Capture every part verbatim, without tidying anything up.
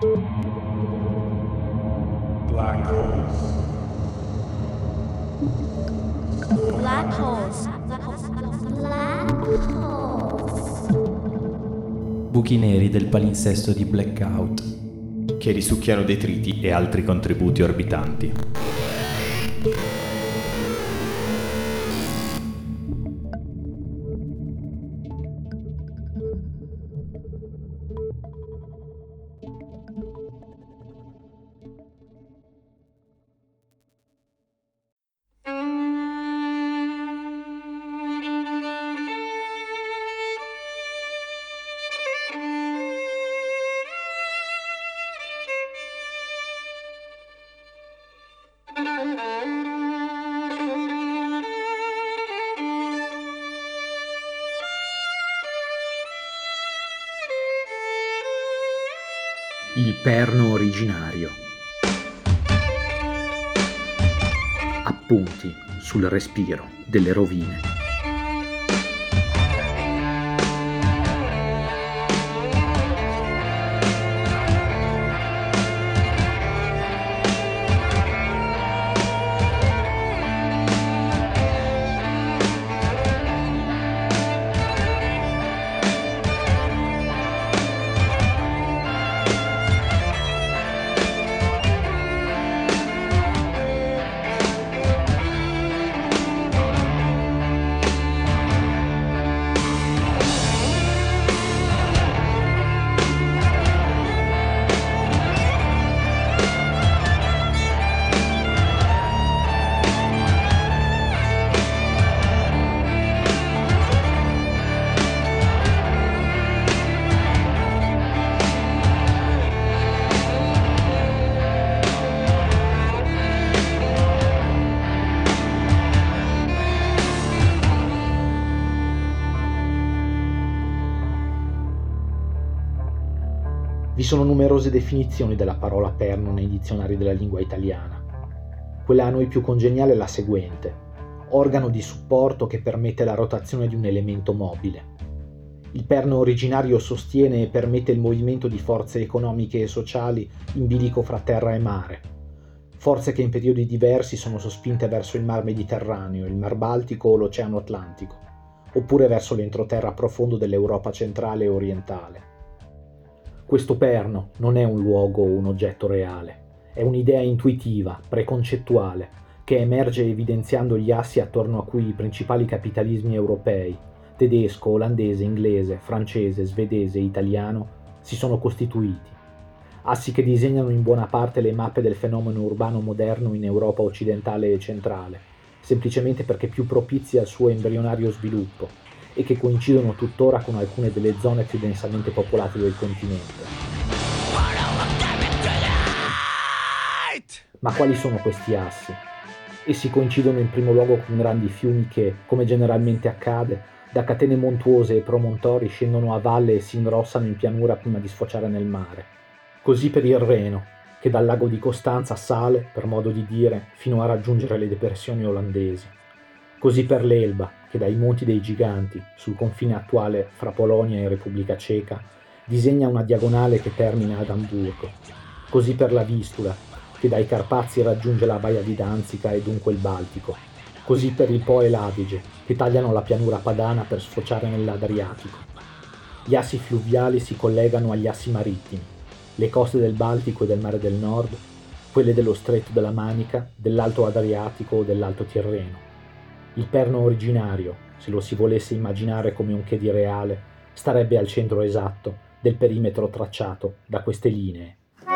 Black holes. Black holes. Black holes. Buchi neri del palinsesto di Blackout, che risucchiano detriti e altri contributi orbitanti. Il perno originario. Appunti sul respiro delle rovine. Vi sono numerose definizioni della parola perno nei dizionari della lingua italiana. Quella a noi più congeniale è la seguente: organo di supporto che permette la rotazione di un elemento mobile. Il perno originario sostiene e permette il movimento di forze economiche e sociali in bilico fra terra e mare, forze che in periodi diversi sono sospinte verso il Mar Mediterraneo, il Mar Baltico o l'Oceano Atlantico, oppure verso l'entroterra profondo dell'Europa centrale e orientale. Questo perno non è un luogo o un oggetto reale, è un'idea intuitiva, preconcettuale, che emerge evidenziando gli assi attorno a cui i principali capitalismi europei, tedesco, olandese, inglese, francese, svedese e italiano, si sono costituiti. Assi che disegnano in buona parte le mappe del fenomeno urbano moderno in Europa occidentale e centrale, semplicemente perché più propizi al suo embrionario sviluppo, e che coincidono tuttora con alcune delle zone più densamente popolate del continente. Ma quali sono questi assi? Essi coincidono in primo luogo con grandi fiumi che, come generalmente accade, da catene montuose e promontori scendono a valle e si ingrossano in pianura prima di sfociare nel mare. Così per il Reno, che dal lago di Costanza sale, per modo di dire, fino a raggiungere le depressioni olandesi. Così per l'Elba, che dai Monti dei Giganti, sul confine attuale fra Polonia e Repubblica Ceca, disegna una diagonale che termina ad Amburgo. Così per la Vistula, che dai Carpazi raggiunge la baia di Danzica e dunque il Baltico. Così per il Po e l'Adige, che tagliano la pianura padana per sfociare nell'Adriatico. Gli assi fluviali si collegano agli assi marittimi, le coste del Baltico e del Mare del Nord, quelle dello Stretto della Manica, dell'Alto Adriatico o dell'Alto Tirreno. Il perno originario, se lo si volesse immaginare come un che di reale, starebbe al centro esatto del perimetro tracciato da queste linee.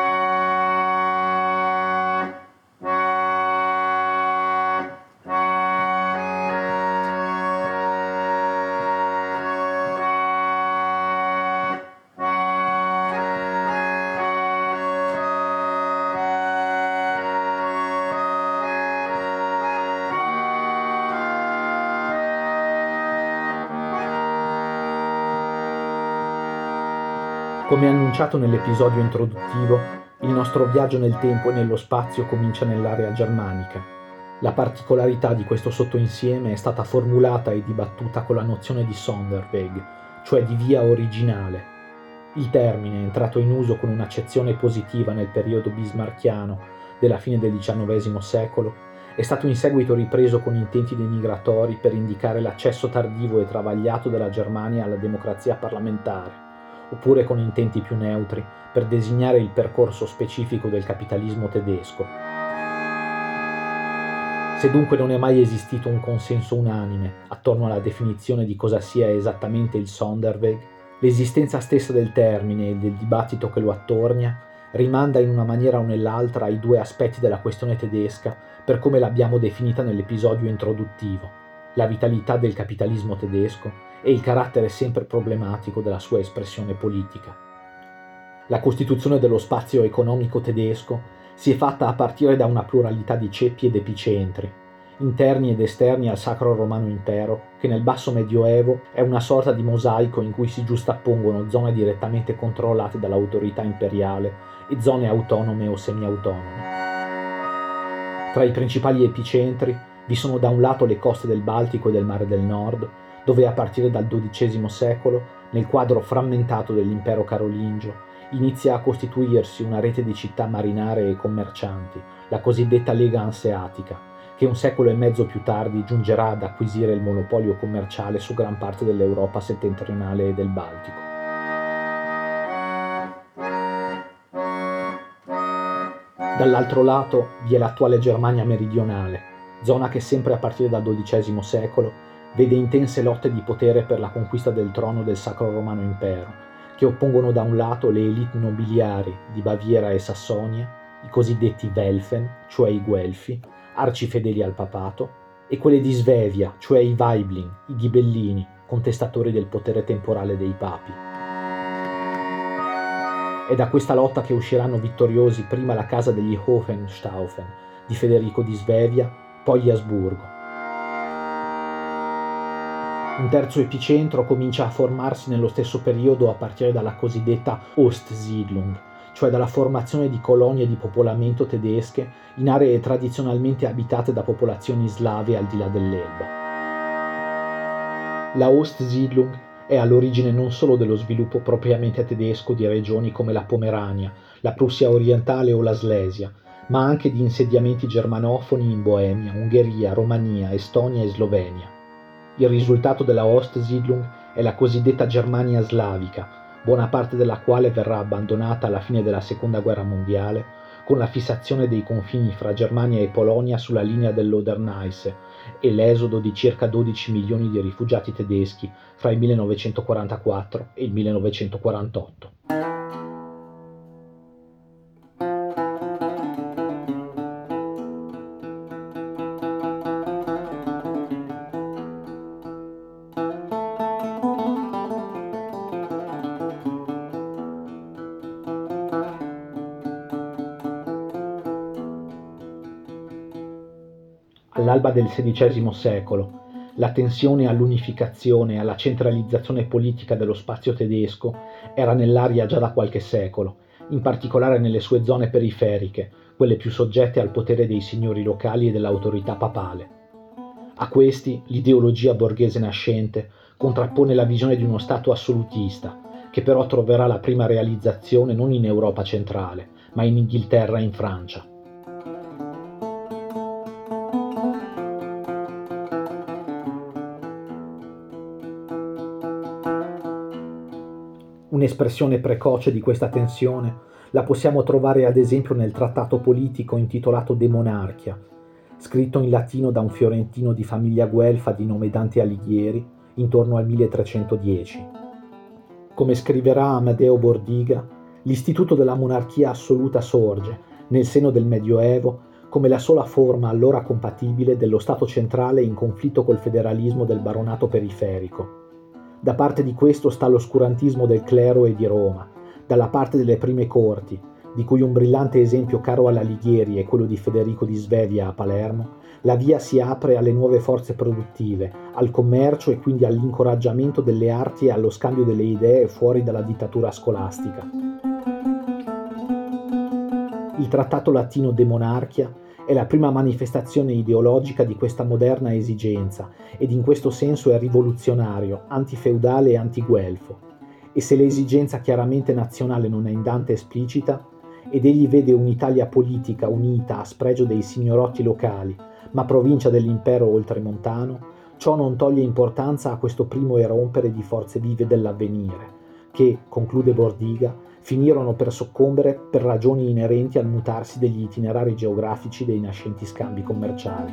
Come annunciato nell'episodio introduttivo, il nostro viaggio nel tempo e nello spazio comincia nell'area germanica. La particolarità di questo sottoinsieme è stata formulata e dibattuta con la nozione di Sonderweg, cioè di via originale. Il termine, entrato in uso con un'accezione positiva nel periodo bismarckiano della fine del diciannovesimo secolo, è stato in seguito ripreso con intenti denigratori per indicare l'accesso tardivo e travagliato della Germania alla democrazia parlamentare, oppure con intenti più neutri per designare il percorso specifico del capitalismo tedesco. Se dunque non è mai esistito un consenso unanime attorno alla definizione di cosa sia esattamente il Sonderweg, l'esistenza stessa del termine e del dibattito che lo attornia rimanda in una maniera o nell'altra ai due aspetti della questione tedesca per come l'abbiamo definita nell'episodio introduttivo, la vitalità del capitalismo tedesco e il carattere sempre problematico della sua espressione politica. La costituzione dello spazio economico tedesco si è fatta a partire da una pluralità di ceppi ed epicentri, interni ed esterni al Sacro Romano Impero, che nel basso Medioevo è una sorta di mosaico in cui si giustappongono zone direttamente controllate dall'autorità imperiale e zone autonome o semi-autonome. Tra i principali epicentri vi sono da un lato le coste del Baltico e del Mare del Nord, dove a partire dal dodicesimo secolo, nel quadro frammentato dell'impero carolingio, inizia a costituirsi una rete di città marinare e commercianti, la cosiddetta Lega Anseatica, che un secolo e mezzo più tardi giungerà ad acquisire il monopolio commerciale su gran parte dell'Europa settentrionale e del Baltico. Dall'altro lato vi è l'attuale Germania meridionale, zona che sempre a partire dal dodicesimo secolo vede intense lotte di potere per la conquista del trono del Sacro Romano Impero, che oppongono da un lato le elite nobiliari di Baviera e Sassonia, i cosiddetti Welfen, cioè i Guelfi, arcifedeli al papato, e quelle di Svevia, cioè i Waibling, i ghibellini, contestatori del potere temporale dei papi. È da questa lotta che usciranno vittoriosi prima la casa degli Hohenstaufen di Federico di Svevia, poi gli Asburgo. Un terzo epicentro comincia a formarsi nello stesso periodo a partire dalla cosiddetta Ostsiedlung, cioè dalla formazione di colonie di popolamento tedesche in aree tradizionalmente abitate da popolazioni slave al di là dell'Elba. La Ostsiedlung è all'origine non solo dello sviluppo propriamente tedesco di regioni come la Pomerania, la Prussia orientale o la Slesia, ma anche di insediamenti germanofoni in Boemia, Ungheria, Romania, Estonia e Slovenia. Il risultato della Ostsiedlung è la cosiddetta Germania slavica, buona parte della quale verrà abbandonata alla fine della Seconda Guerra Mondiale, con la fissazione dei confini fra Germania e Polonia sulla linea dell'Oderneisse e l'esodo di circa dodici milioni di rifugiati tedeschi fra il millenovecentoquarantaquattro e il millenovecentoquarantotto. All'alba del sedicesimo secolo, la tensione all'unificazione e alla centralizzazione politica dello spazio tedesco era nell'aria già da qualche secolo, in particolare nelle sue zone periferiche, quelle più soggette al potere dei signori locali e dell'autorità papale. A questi, l'ideologia borghese nascente contrappone la visione di uno Stato assolutista, che però troverà la prima realizzazione non in Europa centrale, ma in Inghilterra e in Francia. Un'espressione precoce di questa tensione la possiamo trovare ad esempio nel trattato politico intitolato De Monarchia, scritto in latino da un fiorentino di famiglia guelfa di nome Dante Alighieri intorno al milletrecentodieci. Come scriverà Amadeo Bordiga, l'istituto della monarchia assoluta sorge, nel seno del Medioevo, come la sola forma allora compatibile dello Stato centrale in conflitto col federalismo del baronato periferico. Da parte di questo sta l'oscurantismo del clero e di Roma, dalla parte delle prime corti, di cui un brillante esempio caro all'Alighieri è quello di Federico di Svevia a Palermo, la via si apre alle nuove forze produttive, al commercio e quindi all'incoraggiamento delle arti e allo scambio delle idee fuori dalla dittatura scolastica. Il trattato latino De Monarchia è la prima manifestazione ideologica di questa moderna esigenza ed in questo senso è rivoluzionario, antifeudale e antiguelfo. e se l'esigenza chiaramente nazionale non è in Dante esplicita, ed egli vede un'Italia politica unita a spregio dei signorotti locali, ma provincia dell'impero oltremontano, ciò non toglie importanza a questo primo erompere di forze vive dell'avvenire, che, conclude Bordiga, finirono per soccombere per ragioni inerenti al mutarsi degli itinerari geografici dei nascenti scambi commerciali.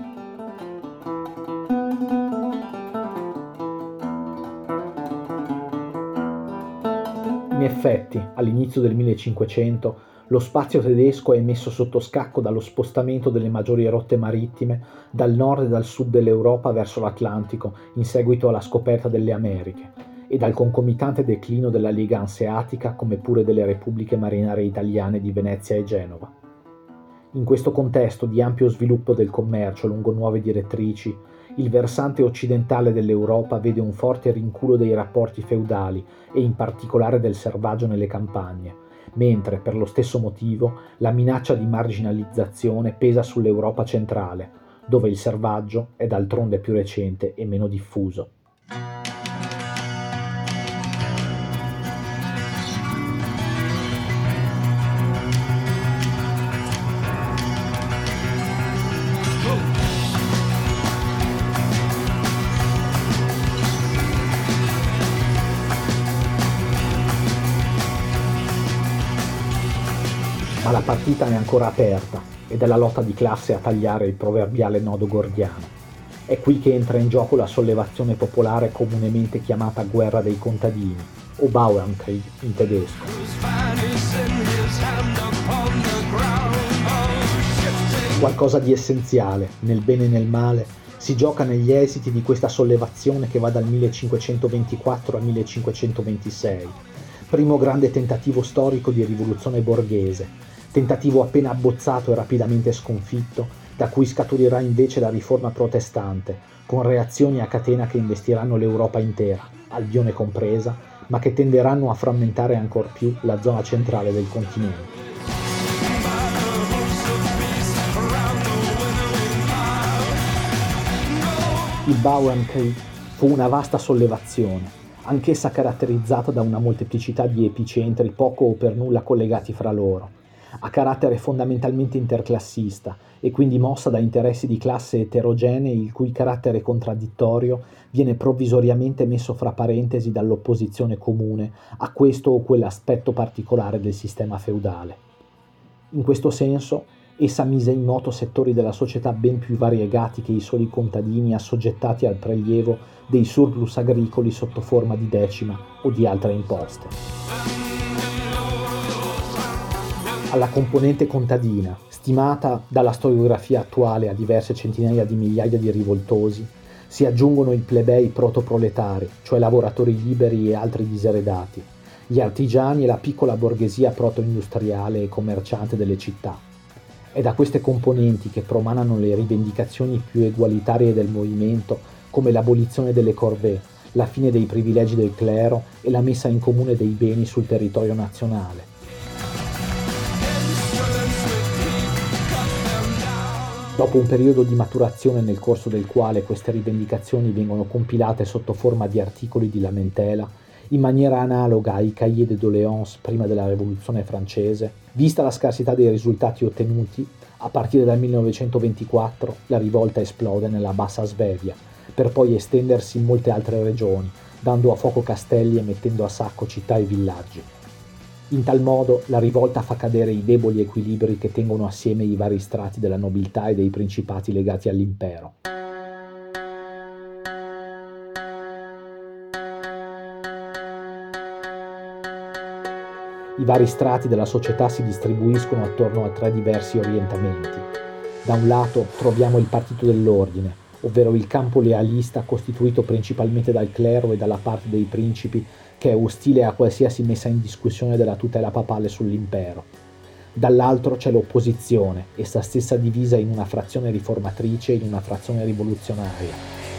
In effetti, all'inizio del millecinquecento, lo spazio tedesco è messo sotto scacco dallo spostamento delle maggiori rotte marittime dal nord e dal sud dell'Europa verso l'Atlantico in seguito alla scoperta delle Americhe e dal concomitante declino della Lega Anseatica come pure delle repubbliche marinare italiane di Venezia e Genova. In questo contesto di ampio sviluppo del commercio lungo nuove direttrici, il versante occidentale dell'Europa vede un forte rinculo dei rapporti feudali e in particolare del selvaggio nelle campagne, mentre per lo stesso motivo la minaccia di marginalizzazione pesa sull'Europa centrale, dove il selvaggio è d'altronde più recente e meno diffuso. Ma la partita è ancora aperta ed è la lotta di classe a tagliare il proverbiale nodo gordiano. È qui che entra in gioco la sollevazione popolare comunemente chiamata guerra dei contadini, o Bauernkrieg in tedesco. Qualcosa di essenziale, nel bene e nel male, si gioca negli esiti di questa sollevazione che va dal millecinquecentoventiquattro al millecinquecentoventisei, primo grande tentativo storico di rivoluzione borghese, tentativo appena abbozzato e rapidamente sconfitto, da cui scaturirà invece la riforma protestante, con reazioni a catena che investiranno l'Europa intera, Albione compresa, ma che tenderanno a frammentare ancor più la zona centrale del continente. Il Bauernkrieg fu una vasta sollevazione, anch'essa caratterizzata da una molteplicità di epicentri poco o per nulla collegati fra loro, a carattere fondamentalmente interclassista e quindi mossa da interessi di classe eterogenei il cui carattere contraddittorio viene provvisoriamente messo fra parentesi dall'opposizione comune a questo o quell'aspetto particolare del sistema feudale. In questo senso, essa mise in moto settori della società ben più variegati che i soli contadini assoggettati al prelievo dei surplus agricoli sotto forma di decima o di altre imposte. Alla componente contadina, stimata dalla storiografia attuale a diverse centinaia di migliaia di rivoltosi, si aggiungono i plebei protoproletari, cioè lavoratori liberi e altri diseredati, gli artigiani e la piccola borghesia protoindustriale e commerciante delle città. È da queste componenti che promanano le rivendicazioni più egualitarie del movimento, come l'abolizione delle corvée, la fine dei privilegi del clero e la messa in comune dei beni sul territorio nazionale. Dopo un periodo di maturazione nel corso del quale queste rivendicazioni vengono compilate sotto forma di articoli di lamentela, in maniera analoga ai cahiers de doléances prima della Rivoluzione francese, vista la scarsità dei risultati ottenuti, a partire dal millenovecentoventiquattro la rivolta esplode nella Bassa Svevia, per poi estendersi in molte altre regioni, dando a fuoco castelli e mettendo a sacco città e villaggi. In tal modo la rivolta fa cadere i deboli equilibri che tengono assieme i vari strati della nobiltà e dei principati legati all'impero. I vari strati della società si distribuiscono attorno a tre diversi orientamenti. Da un lato troviamo il partito dell'ordine, ovvero il campo lealista costituito principalmente dal clero e dalla parte dei principi che è ostile a qualsiasi messa in discussione della tutela papale sull'impero. Dall'altro c'è l'opposizione, essa stessa divisa in una frazione riformatrice e in una frazione rivoluzionaria.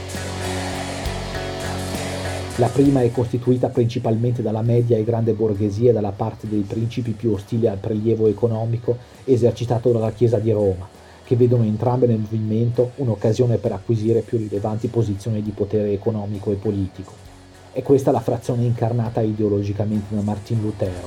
La prima è costituita principalmente dalla media e grande borghesia e dalla parte dei principi più ostili al prelievo economico esercitato dalla Chiesa di Roma, che vedono entrambe nel movimento un'occasione per acquisire più rilevanti posizioni di potere economico e politico. È questa la frazione incarnata ideologicamente da Martin Lutero.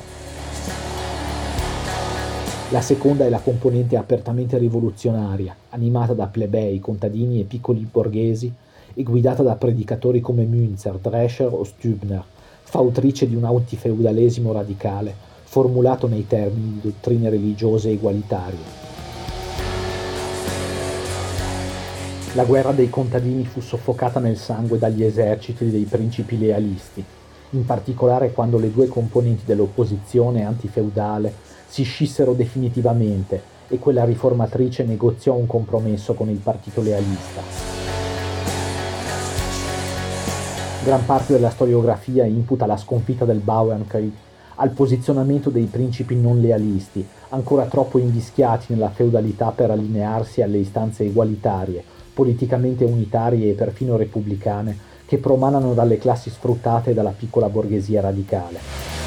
La seconda è la componente apertamente rivoluzionaria, animata da plebei, contadini e piccoli borghesi e guidata da predicatori come Münzer, Drescher o Stübner, fautrice di un antifeudalesimo radicale, formulato nei termini di dottrine religiose egualitarie. La guerra dei contadini fu soffocata nel sangue dagli eserciti dei principi lealisti, in particolare quando le due componenti dell'opposizione antifeudale si scissero definitivamente e quella riformatrice negoziò un compromesso con il partito lealista. Gran parte della storiografia imputa la sconfitta del Bauernkrieg al posizionamento dei principi non lealisti, ancora troppo invischiati nella feudalità per allinearsi alle istanze egualitarie, politicamente unitarie e perfino repubblicane, che promanano dalle classi sfruttate e dalla piccola borghesia radicale.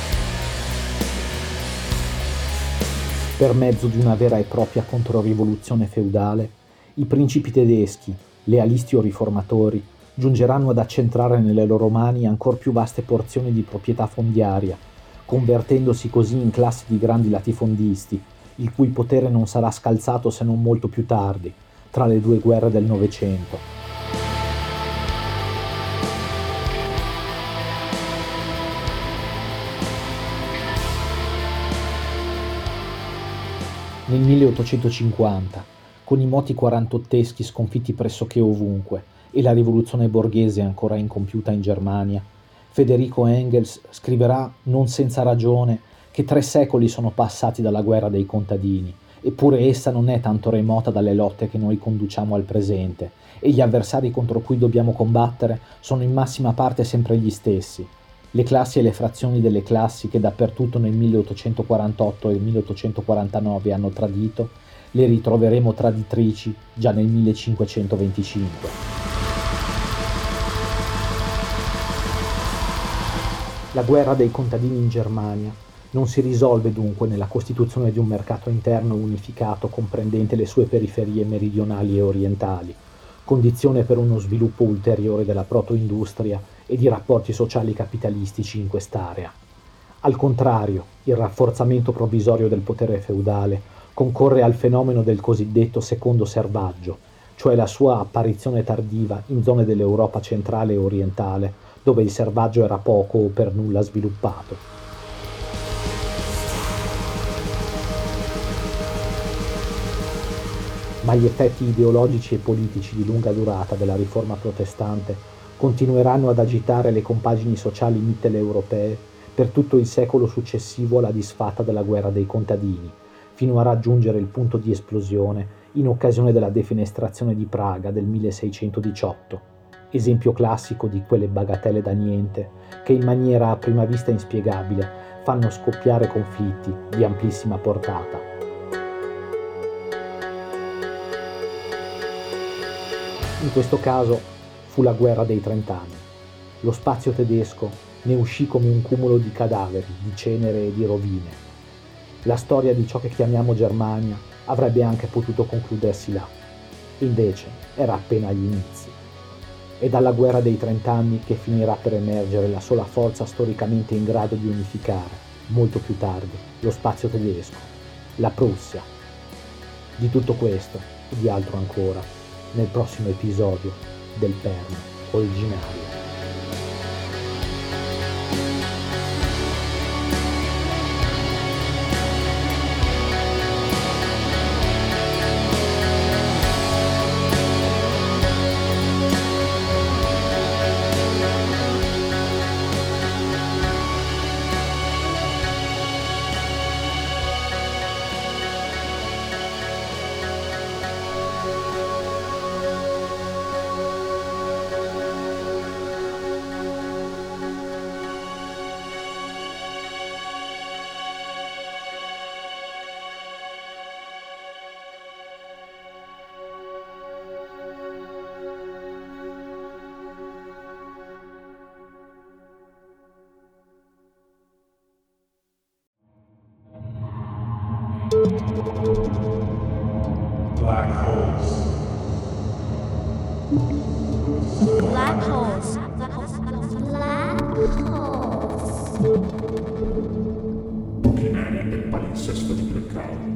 Per mezzo di una vera e propria controrivoluzione feudale, i principi tedeschi, lealisti o riformatori, giungeranno ad accentrare nelle loro mani ancor più vaste porzioni di proprietà fondiaria, convertendosi così in classi di grandi latifondisti, il cui potere non sarà scalzato se non molto più tardi, tra le due guerre del Novecento. Nel milleottocentocinquanta, con i moti quarantotteschi sconfitti pressoché ovunque e la rivoluzione borghese ancora incompiuta in Germania, Federico Engels scriverà, non senza ragione, che tre secoli sono passati dalla guerra dei contadini, eppure essa non è tanto remota dalle lotte che noi conduciamo al presente, e gli avversari contro cui dobbiamo combattere sono in massima parte sempre gli stessi, le classi e le frazioni delle classi che dappertutto nel milleottocentoquarantotto e milleottocentoquarantanove hanno tradito, le ritroveremo traditrici già nel millecinquecentoventicinque. La guerra dei contadini in Germania non si risolve dunque nella costituzione di un mercato interno unificato comprendente le sue periferie meridionali e orientali, condizione per uno sviluppo ulteriore della protoindustria e di rapporti sociali capitalistici in quest'area. Al contrario, il rafforzamento provvisorio del potere feudale concorre al fenomeno del cosiddetto secondo servaggio, cioè la sua apparizione tardiva in zone dell'Europa centrale e orientale, dove il servaggio era poco o per nulla sviluppato. Ma gli effetti ideologici e politici di lunga durata della riforma protestante continueranno ad agitare le compagini sociali mitteleuropee per tutto il secolo successivo alla disfatta della guerra dei contadini, fino a raggiungere il punto di esplosione in occasione della defenestrazione di Praga del milleseicentodiciotto, esempio classico di quelle bagatelle da niente che in maniera a prima vista inspiegabile fanno scoppiare conflitti di amplissima portata. In questo caso fu la guerra dei trent'anni. Lo spazio tedesco ne uscì come un cumulo di cadaveri, di cenere e di rovine. La storia di ciò che chiamiamo Germania avrebbe anche potuto concludersi là. Invece era appena agli inizi. È dalla guerra dei trent'anni che finirà per emergere la sola forza storicamente in grado di unificare, molto più tardi, lo spazio tedesco, la Prussia. Di tutto questo e di altro ancora nel prossimo episodio del Perno originario. Black holes. Black holes. Black holes. Buchi neri del palinsesto di Blackout.